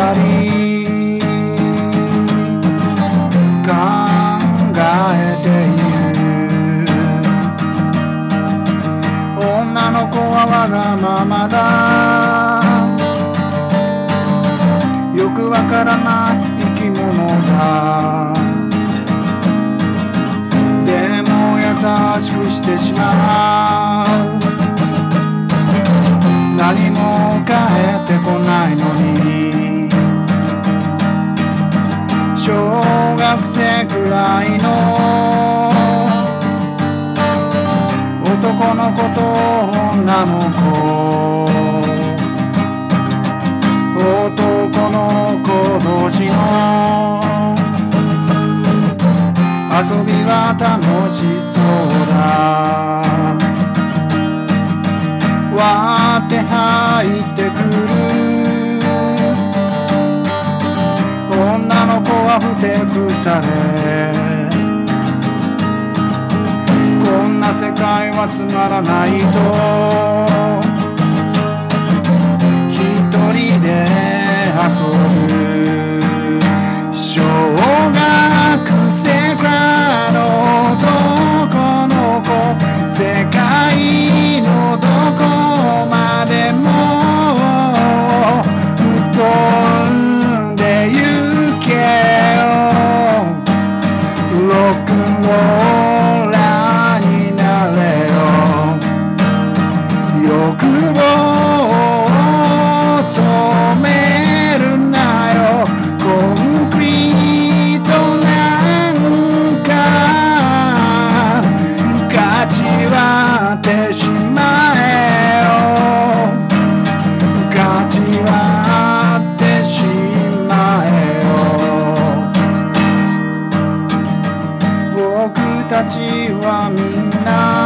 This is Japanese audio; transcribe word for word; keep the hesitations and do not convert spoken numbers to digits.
かり考えている。女の子はわがままだ、よくわからない生き物だ。でも優しくしてしまう。何も返ってこないのに、小学生くらいの男の子と女の子、男の子同士の遊びは楽しそうだ。割って入ってくる女の子はふてくされ、こんな世界はつまらないと一人で遊ぶ。小学生くらいの男の子、世界のどこまでも飛んでゆけよ。ロックンローラーになれよ。欲望を止めるなよ。コンクリートなんかかち割ってしまえよ。かち割ってしまえよ。僕たちはみんな